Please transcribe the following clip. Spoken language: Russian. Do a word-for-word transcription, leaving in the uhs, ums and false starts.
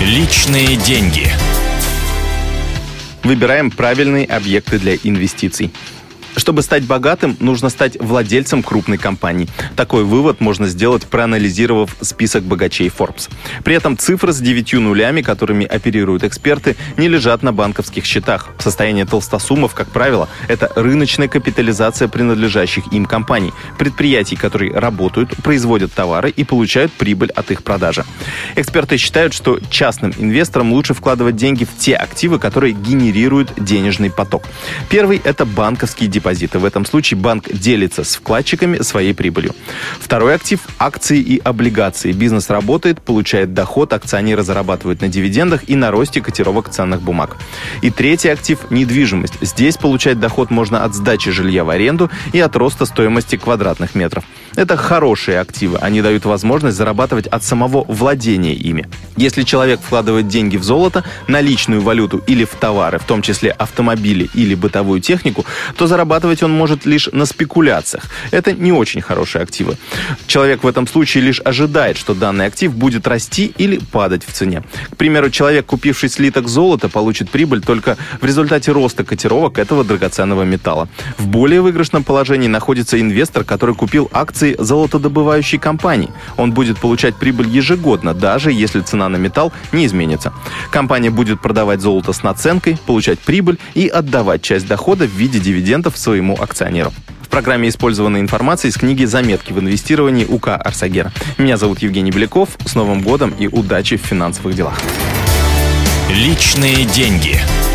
Личные деньги. Выбираем правильные объекты для инвестиций. Чтобы стать богатым, нужно стать владельцем крупной компании. Такой вывод можно сделать, проанализировав список богачей Forbes. При этом цифры с девятью нулями, которыми оперируют эксперты, не лежат на банковских счетах. Состояние толстосумов, как правило, это рыночная капитализация принадлежащих им компаний, предприятий, которые работают, производят товары и получают прибыль от их продажи. Эксперты считают, что частным инвесторам лучше вкладывать деньги в те активы, которые генерируют денежный поток. Первый – это банковские депозиты. В этом случае банк делится с вкладчиками своей прибылью. Второй актив – акции и облигации. Бизнес работает, получает доход, акционеры зарабатывают на дивидендах и на росте котировок ценных бумаг. И третий актив – недвижимость. Здесь получать доход можно от сдачи жилья в аренду и от роста стоимости квадратных метров. Это хорошие активы. Они дают возможность зарабатывать от самого владения ими. Если человек вкладывает деньги в золото, наличную валюту или в товары, в том числе автомобили или бытовую технику, то зарабатывать он может лишь на спекуляциях. Это не очень хорошие активы. Человек в этом случае лишь ожидает, что данный актив будет расти или падать в цене. К примеру, человек, купивший слиток золота, получит прибыль только в результате роста котировок этого драгоценного металла. В более выигрышном положении находится инвестор, который купил акции золотодобывающей компании. Он будет получать прибыль ежегодно, даже если цена на металл не изменится. Компания будет продавать золото с наценкой, получать прибыль и отдавать часть дохода в виде дивидендов своему акционеру. В программе использована информация из книги «Заметки в инвестировании» УК Арсагера. Меня зовут Евгений Беляков. С Новым годом и удачи в финансовых делах. Личные деньги.